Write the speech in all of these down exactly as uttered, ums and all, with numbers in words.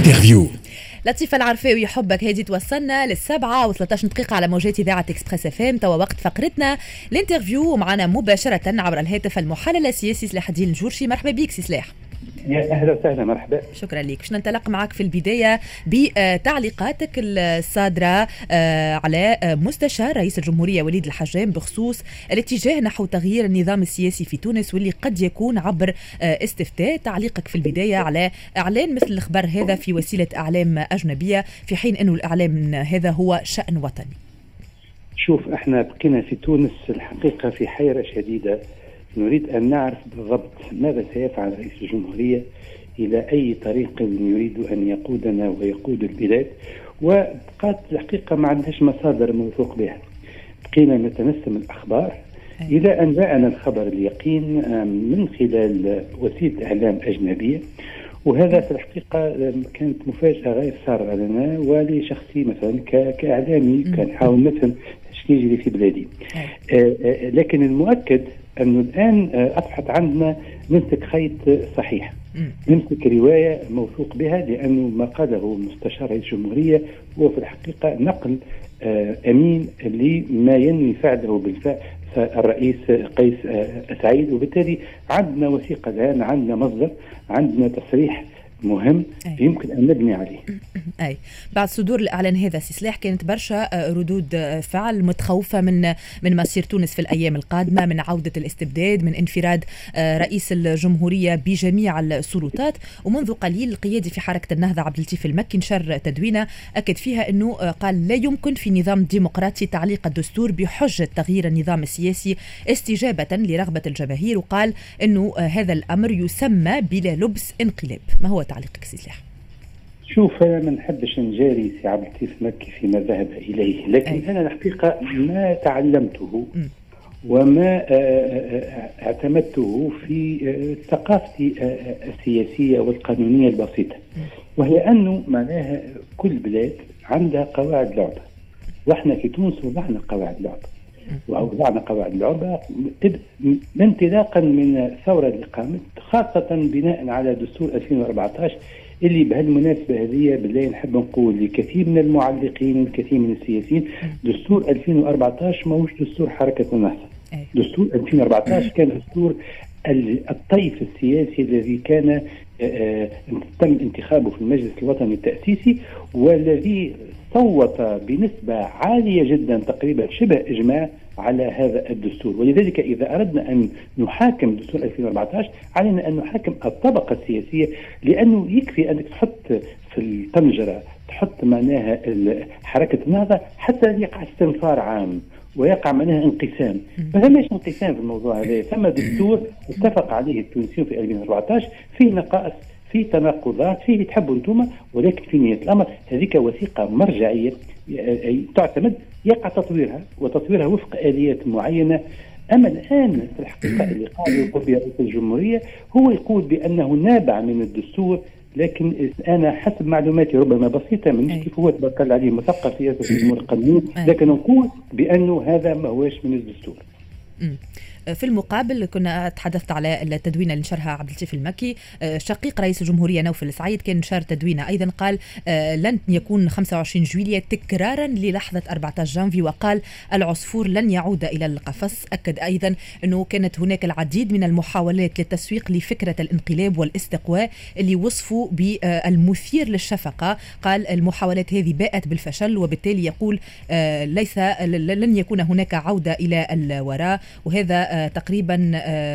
الانترفيو. لطيفة العرفاوي حبك هادي توصلنا للسبعة وثلاثة دقيقة على موجات إذاعة إكسبريس اف ام. توا وقت فقرتنا الانترفيو معنا مباشرة عبر الهاتف المحلل السياسي سلاح الدين الجورشي. مرحبا بك سي سلاح. يا اهلا وسهلا. مرحبا. شكرا لك. باش ننطلق معك في البدايه بتعليقاتك الصادره على مستشار رئيس الجمهوريه وليد الحجام بخصوص الاتجاه نحو تغيير النظام السياسي في تونس واللي قد يكون عبر استفتاء. تعليقك في البدايه على اعلان مثل الخبر هذا في وسيله اعلام اجنبيه في حين انه الاعلام هذا هو شأن وطني. شوف، احنا بقينا في تونس الحقيقه في حيره شديده. نريد أن نعرف بالضبط ماذا سيفعل رئيس الجمهورية، إلى أي طريق يريد أن يقودنا ويقود البلاد. وبقات الحقيقة ما عندهاش مصادر موثوق بها، بقينا نتنسم الأخبار إلى أن جاءنا الخبر اليقين من خلال وسيلة إعلام أجنبية، وهذا في الحقيقة كانت مفاجأة غير سارة لنا ولشخصي مثلا كإعلامي كان حاول نفهم ايش يجري في بلادي. آه آه لكن المؤكد أنه الآن أصبحت عندنا نمسك خيط صحيح، نمسك رواية موثوق بها، لأنه ما قاله مستشار رئيس الجمهورية هو في الحقيقة نقل أمين لما ينوي فعله بالفعل الرئيس قيس سعيد. وبالتالي عندنا وثيقة الآن، عندنا مصدر، عندنا تصريح مهم أي. يمكن أن نبني عليه. أي بعد صدور الإعلان هذا سي سلاح كانت برشا ردود فعل متخوفة من من مصير تونس في الأيام القادمة، من عودة الاستبداد، من انفراد رئيس الجمهورية بجميع السلطات. ومنذ قليل القيادي في حركة النهضة عبد اللطيف المكي نشر تدوينة أكد فيها أنه قال لا يمكن في نظام ديمقراطي تعليق الدستور بحجة تغيير النظام السياسي استجابة لرغبة الجماهير، وقال أنه هذا الأمر يسمى بلا لبس انقلاب. ما هو تعليقك سي سلاح؟ شوف، أنا ما نحبش نجاري سي عبد اللطيف مكي فيما ذهب إليه، لكن أي. أنا الحقيقة ما تعلمته م. وما اعتمدته في ثقافتي السياسية والقانونية البسيطة، وهي أنه معناها كل بلاد عندها قواعد لعبة، وإحنا في تونس وضعنا قواعد لعبة وأوضعنا قواعد لعبة انطلاقا من الثورة اللي قامت، خاصة بناء على دستور ألفين وأربعة عشر اللي بهالمناسبة هذه بالله نحب نقول لكثير من المعلقين والكثير من السياسيين، دستور ألفين وأربعة عشر ماهوش دستور حركة النهضة. دستور ألفين وأربعة عشر كان دستور الطيف السياسي الذي كان تم انتخابه في المجلس الوطني التأسيسي، والذي صوت بنسبة عالية جدا تقريبا شبه إجماع على هذا الدستور. ولذلك إذا أردنا أن نحاكم دستور ألفين وأربعة عشر علينا أن نحاكم الطبقة السياسية، لأنه يكفي أنك تحط في الطنجرة تحط معناها حركة النهضة حتى يقع استنفار عام ويقع معناها انقسام. فهمش انقسام في الموضوع هذا، ثم دستور اتفق عليه التونسيون في ألفين وأربعة عشر فيه نقائص، في تناقضات، فيه اللي تحبوا انتم، ولكن في نهاية الأمر هذيك وثيقة مرجعية تعتمد يقع تطويرها وتطويرها وفق آليات معينة. أما الآن في الحقيقة اللي قال يقول بها رئيس الجمهورية هو يقول بأنه نابع من الدستور، لكن أنا حسب معلوماتي ربما بسيطة من كيف هو تبارك الله عليه مثقف في الأمور القانونية، لكن نقول بأنه هذا ما هوش من الدستور. في المقابل كنا تحدثت على التدوينة اللي نشرها عبد اللطيف المكي، شقيق رئيس الجمهورية نوفل السعيد كان نشر تدوينة أيضا قال لن يكون خمسة وعشرين جويلية تكرارا للحظة أربعة عشر جانفي، وقال العصفور لن يعود إلى القفص. أكد أيضا أنه كانت هناك العديد من المحاولات للتسويق لفكرة الانقلاب والاستقواء اللي وصفوا بالمثير للشفقة. قال المحاولات هذه باءت بالفشل، وبالتالي يقول ليس لن يكون هناك عودة إلى الوراء. وهذا تقريبا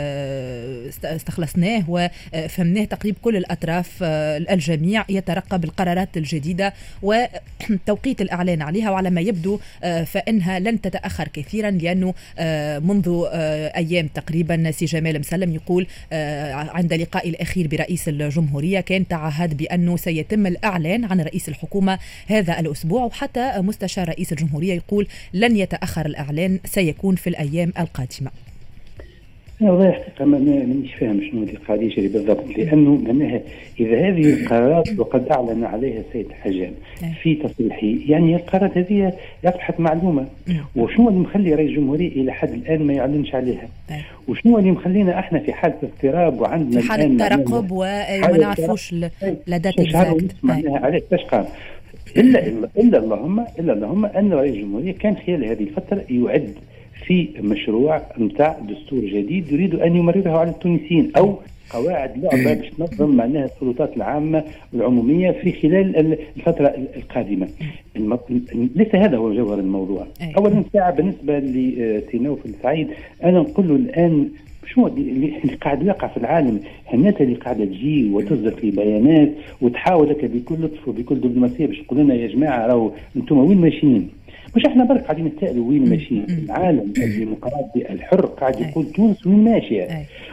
استخلصناه وفهمناه تقريبا كل الأطراف، الجميع يترقب القرارات الجديدة وتوقيت الإعلان عليها، وعلى ما يبدو فإنها لن تتأخر كثيرا، لأنه منذ أيام تقريبا سي جمال مسلم يقول عند لقاء الأخير برئيس الجمهورية كان تعهد بأنه سيتم الإعلان عن رئيس الحكومة هذا الأسبوع، وحتى مستشار رئيس الجمهورية يقول لن يتأخر الإعلان، سيكون في الأيام القادمة. أنا والله حقيقة مانيش فاهم شنو اللي قاعد يجري بالضبط، لأنه معناها إذا هذه القرارات وقد أعلن عليها السيد حجان في تصريحه، يعني القرارات هذه أصبحت معلومة، وشنو اللي مخلي رئيس الجمهورية إلى حد الآن ما يعلنش عليها؟ وشنو اللي مخلينا احنا في حالة اضطراب وعندنا في حالة ترقب وما نعرفوش لا دات اكزاكت معناها عليه تشقى إلا إلا اللهم إلا اللهم أن رئيس الجمهورية كان خلال هذه الفترة يعد في مشروع نتاع دستور جديد يريد أن يمرره على التونسيين، أو قواعد لعبة باش تنظم معناها السلطات العامة والعمومية في خلال الفترة القادمة. ليس هذا هو جوهر الموضوع. أولا ساعة بالنسبة لسينوف السعيد، أنا نقول له الآن شو اللي قاعد يقع في العالم، الناس اللي قاعده تجي وتصدر في بيانات وتحاول لك بكل لطف وبكل دبلوماسيه باش تقول لنا يا جماعه راهو انتم وين ماشيين؟ مش احنا برك قاعدين نسالوا وين ماشيين. العالم الديمقراطي الحر قاعد يقول تونس وين ماشيه،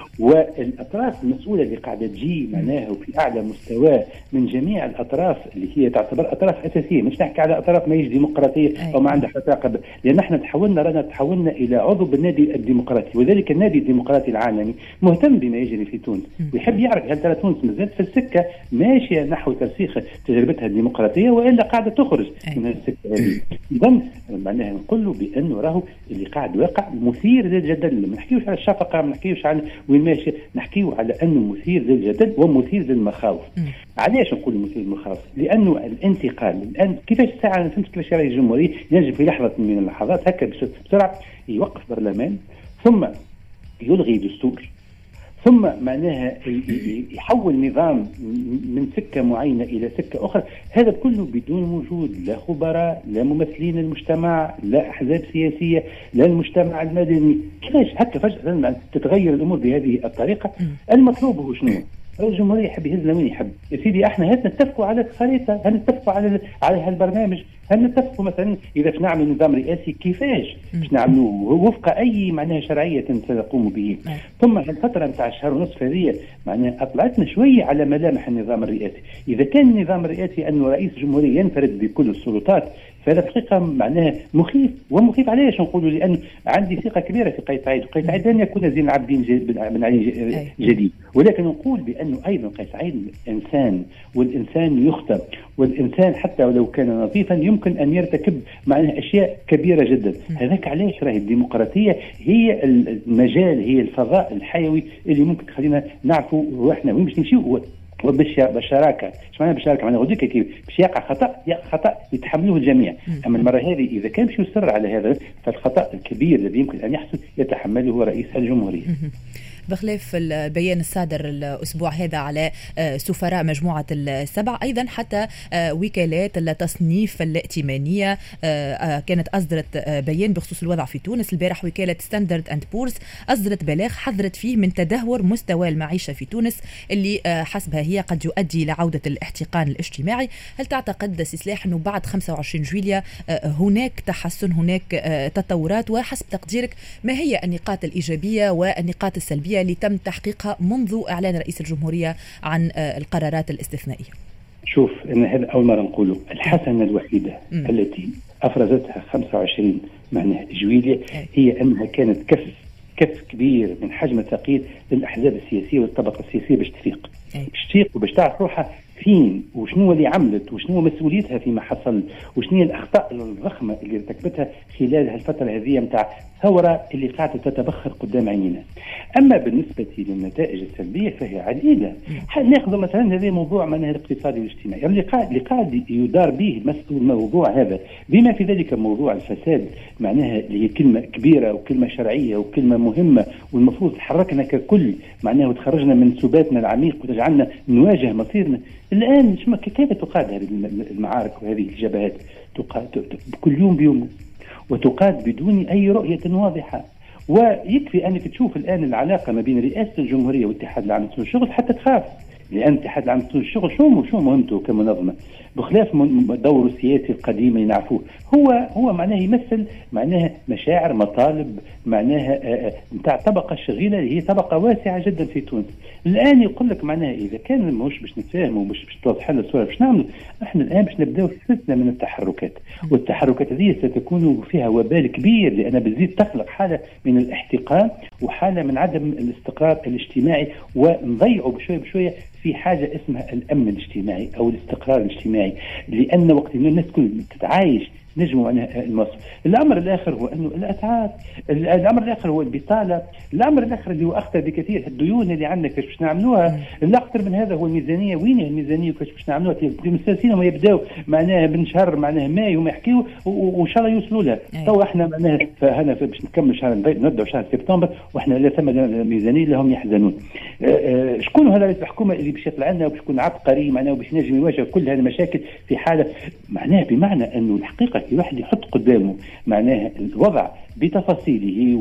والاطراف المسؤوله اللي قاعده تجي معناها وفي اعلى مستوى من جميع الاطراف اللي هي تعتبر اطراف اساسيه، مش نحكي على اطراف ما هيش ديمقراطيه او ما عندها علاقه، لان احنا تحولنا رانا تحولنا الى عضو بالنادي الديمقراطي، وذلك النادي الديمقراطي العالمي مهتم بما يجري في تونس ويحب يعرف هل ترى تونس مازالت في السكه ماشيه نحو ترسيخ تجربتها الديمقراطيه والا قاعده تخرج من السكه هذه. اذا معناها نقول له بانه راهو اللي قاعد واقع مثير للجدل، ما نحكيوش على الشفقه، ما نحكيوش على وين ماشي، نحكيو على انه مثير للجدل ومثير للمخاوف. علاش نقول مثير للمخاوف؟ لانه الانتقال الان كيفاش الساعه فهمت كيفاش رئيس الجمهوريه ينجم في لحظه من اللحظات هكا بسرعه يوقف برلمان، ثم يلغي دستور، ثم معناها يحول نظام من سكة معينة إلى سكة أخرى، هذا كله بدون وجود لا خبراء لا ممثلين المجتمع لا أحزاب سياسية لا المجتمع المدني. كيفاش هكا فجأة تتغير الأمور بهذه الطريقة؟ المطلوب هو شنو؟ رئيس الجمهورية يحب يهزنا وين يحب. يا سيدي احنا هل نتفقوا على الخريطة؟ هل نتفقوا على على هالبرنامج؟ هل نتفقوا مثلا إذا باش نعمل نظام رئاسي كيفاش باش نعملوه وفق أي معناها شرعية سنقوم به؟ ثم الفترة نتاع الشهر ونصف هذه معناها أطلعتنا شوية على ملامح النظام الرئاسي. إذا كان النظام الرئاسي أنه رئيس الجمهورية ينفرد بكل السلطات فهذا الحقيقة معناها مخيف، ومخيف علاش نقولوا؟ لأنه عندي ثقة كبيرة في قيس سعيد، وقيس سعيد لن يكون زين العابدين بن علي جديد، ولكن نقول بأنه أيضا قيس سعيد إنسان، والإنسان يخطئ، والإنسان حتى ولو كان نظيفا يمكن أن يرتكب معناها أشياء كبيرة جدا. هذاك علاش راهي الديمقراطية هي المجال، هي الفضاء الحيوي اللي ممكن تخلينا نعرفوا وإحنا وين باش نمشيو وبالشراكه. ايش معناها بالشراكه؟ معناها غاديك كي باش يقع خطا يقع خطا يتحملوه الجميع، اما المره هذه اذا كان باش يصر على هذا فالخطا الكبير الذي يمكن ان يحصل يتحمله رئيس الجمهوريه. بخلاف البيان الصادر الأسبوع هذا على سفراء مجموعة السبع، أيضا حتى وكالات التصنيف الائتمانية كانت أصدرت بيان بخصوص الوضع في تونس. البارح وكالة ستاندرد أند بورز أصدرت بلاغ حذرت فيه من تدهور مستوى المعيشة في تونس اللي حسبها هي قد يؤدي لعودة الاحتقان الاجتماعي. هل تعتقد سلاح أنه بعد خمسة وعشرين جويلية هناك تحسن، هناك تطورات؟ وحسب تقديرك ما هي النقاط الإيجابية والنقاط السلبية اللي تم تحقيقها منذ إعلان رئيس الجمهورية عن القرارات الاستثنائية؟ شوف، إن هذا أول مرة نقوله. الحسنة الوحيدة م. التي أفرزتها خمسة وعشرين معناها جويلية هي أنها كانت كف كف كبير من حجم الثقيل للأحزاب السياسية والطبقة السياسية باش تفيق باش تفيق وباش تعرف روحها فين وشنو اللي عملت وشنو مسؤوليتها فيما حصل وشنو هي الأخطاء الضخمة اللي ارتكبتها خلال هالفترة هذه متاع ثورة اللي قاعدة تتبخر قدام عينينا. أما بالنسبة للنتائج السلبية فهي عديدة. ناخذ مثلا هذا موضوع معناها الاقتصادي والاجتماعي اللي قاعد اللي قاعد يدار به الموضوع هذا، بما في ذلك موضوع الفساد معناها اللي هي كلمة كبيرة وكلمة شرعية وكلمة مهمة والمفروض تحركنا ككل معناها وتخرجنا من سباتنا العميق وتجعلنا نواجه مصيرنا. الآن كيف تقاد هذه المعارك وهذه الجبهات؟ تقاد كل يوم بيوم وتقاد بدون أي رؤية واضحة. ويكفي أنك تشوف الآن العلاقة ما بين رئاسة الجمهورية والاتحاد العام للشغل حتى تخاف، لان اتحاد العام التونسي الشغل شو شو مهمته كمنظمه بخلاف دوره السياسي القديم اللي نعرفوه. هو هو معناه يمثل معناها مشاعر مطالب معناها نتاع طبقه شغيله اللي هي طبقه واسعه جدا في تونس. الان يقول لك معناها اذا كان مش باش نتفاهموا ومش باش توضح لنا الصوره باش نعملوا احنا الان باش نبداو سلسله من التحركات، والتحركات هذه ستكون فيها وبال كبير لان بتزيد تخلق حاله من الاحتقان وحاله من عدم الاستقرار الاجتماعي، ونضيعوا بشويه بشويه في حاجه اسمها الامن الاجتماعي او الاستقرار الاجتماعي، لان وقت الناس كل تتعايش نجموا عنها المصر. الامر الاخر هو انه الاسعار، الامر الاخر هو البطاله، الامر الاخر اللي هو اخطر بكثير الديون اللي عندنا كيفاش باش نعملوها، الاخطر من هذا هو الميزانيه، وين الميزانيه وكيفاش باش نعملوها؟ المستثمرين هم يبداو معناها من شهر معناها ماي وما يحكيوا وان شاء الله يوصلوا لها. تو احنا معناها فهنا باش نكمل شهر نبداو شهر سبتمبر واحنا لا ثم ميزانيه لهم يحزنون. شكون هذا رئيس الحكومه اللي باش يطلع لنا وباش يكون عبقري معناه وباش ينجم يواجه كل هذه المشاكل في حاله معناها بمعنى انه الحقيقه الواحد يحط قدامه معناها الوضع بتفاصيله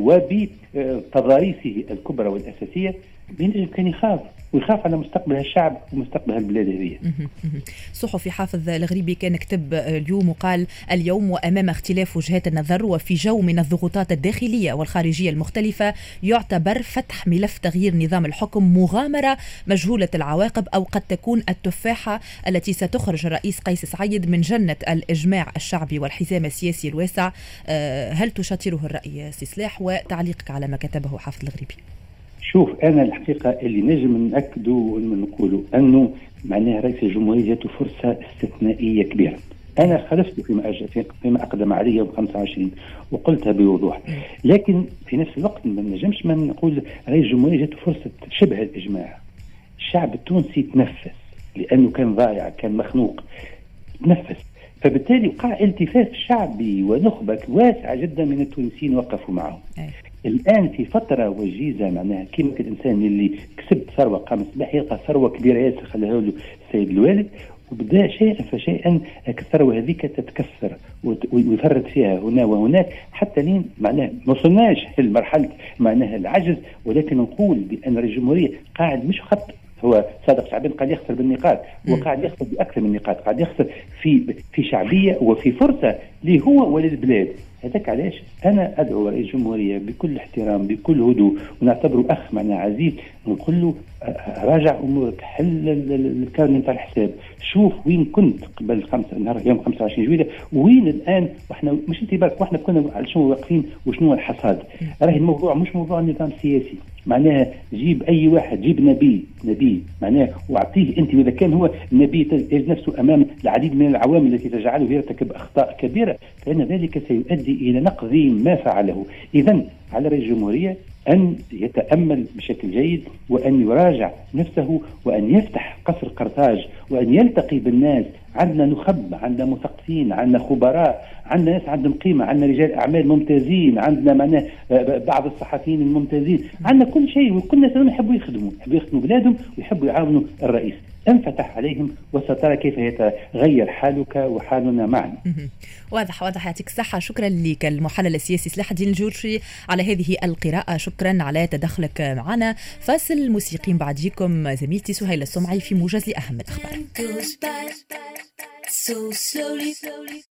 وبتضاريسه الكبرى والأساسية بينجم كان يخاف ويخاف على مستقبل الشعب ومستقبل البلاد هذه. صحفي حافظ الغريبي كان كتب اليوم وقال: اليوم وأمام اختلاف وجهات النظر وفي جو من الضغوطات الداخلية والخارجية المختلفة يعتبر فتح ملف تغيير نظام الحكم مغامرة مجهولة العواقب، أو قد تكون التفاحة التي ستخرج الرئيس قيس سعيد من جنة الإجماع الشعبي والحزام السياسي الواسع. هل تشاطره الرأي سي سلاح؟ وتعليقك على ما كتبه حافظ الغريبي. شوف أنا الحقيقة اللي نجم نأكده ونقوله أنه معناها رئيس الجمهورية جاته فرصة استثنائية كبيرة. أنا خلفت فيما أجل فيما أقدم عليه يوم خمسة وعشرين وقلتها بوضوح، لكن في نفس الوقت ما نجمش ما نقول رئيس الجمهورية جاته فرصة شبه الإجماع. الشعب التونسي تنفس لأنه كان ضايع كان مخنوق تنفس، فبالتالي وقع التفاف شعبي ونخبة واسعة جدا من التونسيين وقفوا معه. الآن في فترة وجيزة معناها كيما الإنسان اللي كسبت ثروة قام الصباح يلقى ثروة كبيرة ياسر خلاها له السيد الوالد، وبدأ شيئا فشيئا الثروة هذيك تتكسر ويفرد فيها هنا وهناك حتى لين معناها ما وصلناش لمرحلة معناها العجز، ولكن نقول بأن الجمهورية قاعد مش خط هو صادق شعبين قاعد يخسر بالنقاط، هو قاعد يخسر بأكثر من نقاط، قاعد يخسر في في شعبية وفي فرصة ليه هو وللبلاد. هذاك علاش أنا أدعو رئيس الجمهورية بكل احترام بكل هدوء ونعتبره أخ معنا عزيز، نقول له راجع أمورك، حل الكارني نتاع الحساب، شوف وين كنت قبل خمسة نهار يوم خمسة وعشرين جويلية وين الآن، وإحنا مش انت بالك وإحنا كنا على شنو واقفين وشنو الحصاد. راهي الموضوع مش موضوع النظام السياسي، معناها جيب أي واحد، جيب نبي نبي معناه واعطيه أنت، إذا كان هو نبي يجد نفسه أمام العديد من العوامل التي تجعله يرتكب أخطاء كبيرة فإن ذلك سيؤدي إلى نقض ما فعله. إذن على رئيس الجمهورية أن يتأمل بشكل جيد وأن يراجع نفسه وأن يفتح قصر قرطاج وأن يلتقي بالناس. عندنا نخب، عندنا مثقفين، عندنا خبراء، عندنا ناس عندهم قيمة، عندنا رجال أعمال ممتازين، عندنا معناه بعض الصحفيين الممتازين، عندنا كل شيء، وكل الناس يحبوا يخدموا يحبوا يخدموا بلادهم ويحبوا يعاونوا الرئيس. انفتح عليهم وسترى كيف يتغير حالك وحالنا معا. واضح واضح، يعطيك الصحة. شكرا لك المحلل السياسي سلاح الدين الجورشي على هذه القراءة، شكرا على تدخلك معنا. فاصل موسيقي بعديكم زميلتي سهيلة السمعي في موجز لأهم الأخبار.